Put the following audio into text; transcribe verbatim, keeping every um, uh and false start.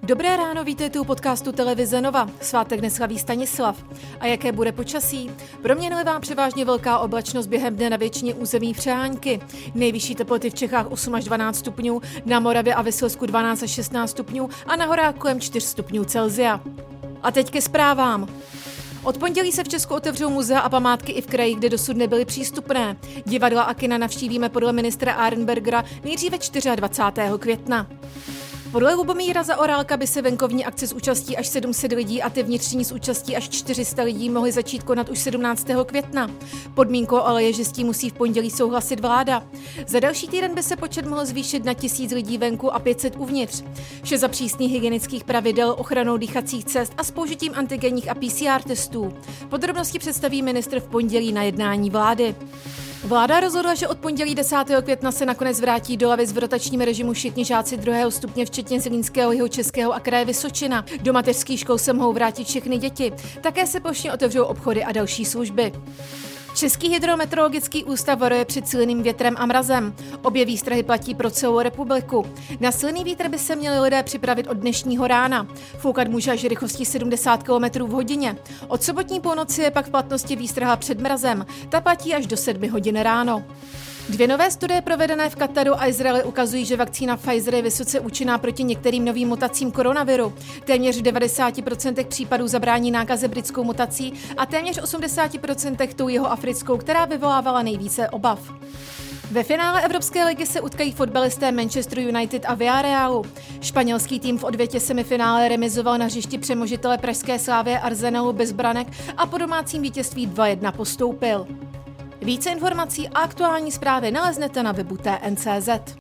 Dobré ráno, vítejte u podcastu Televize Nova. Svátek neslaví Stanislav. A jaké bude počasí? Proměnlivá převážně velká oblačnost během dne na většině území přehánky. Nejvyšší teploty v Čechách osm až dvanáct stupňů, na Moravě a ve Slezsku dvanáct až šestnáct stupňů a na horách kolem čtyři stupňů Celsia. A teď ke zprávám. Od pondělí se v Česku otevřou muzea a památky i v krajích, kde dosud nebyly přístupné. Divadla a kina navštívíme podle ministra Arenbergera nejdříve dvacátého čtvrtého května. Podle Lubomíra Zaorálka by se venkovní akce s účastí až sedm set lidí a ty vnitřní s účastí až čtyři sta lidí mohly začít konat už sedmnáctého května. Podmínkou ale je, že s tím musí v pondělí souhlasit vláda. Za další týden by se počet mohl zvýšit na tisíc lidí venku a pět set uvnitř. Vše za přísných hygienických pravidel, ochranou dýchacích cest a s použitím antigenních a P C R testů. Podrobnosti představí ministr v pondělí na jednání vlády. Vláda rozhodla, že od pondělí desátého května se nakonec vrátí do lavic v rotačním režimu všichni žáci druhého stupně, včetně Zlínského, Jihočeského a kraje Vysočina. Do mateřských škol se mohou vrátit všechny děti. Také se plošně otevřou obchody a další služby. Český hydrometeorologický ústav varuje před silným větrem a mrazem. Obě výstrahy platí pro celou republiku. Na silný vítr by se měli lidé připravit od dnešního rána. Foukat může až rychlostí sedmdesát kilometrů v hodině. Od sobotní půlnoci je pak v platnosti výstraha před mrazem. Ta platí až do sedmi hodin ráno. Dvě nové studie provedené v Kataru a Izraeli ukazují, že vakcína Pfizer je vysoce účinná proti některým novým mutacím koronaviru. Téměř v devadesáti procentech případů zabrání nákaze britskou mutací a téměř osmdesáti procentech tou jeho africkou, která vyvolávala nejvíce obav. Ve finále Evropské ligy se utkají fotbalisté Manchester United a Villarealu. Španělský tým v odvětě semifinále remizoval na hřišti přemožitele pražské Slavie Arsenalu bez branek a po domácím vítězství dva jedna postoupil. Více informací a aktuální zprávy naleznete na webu T N C Z.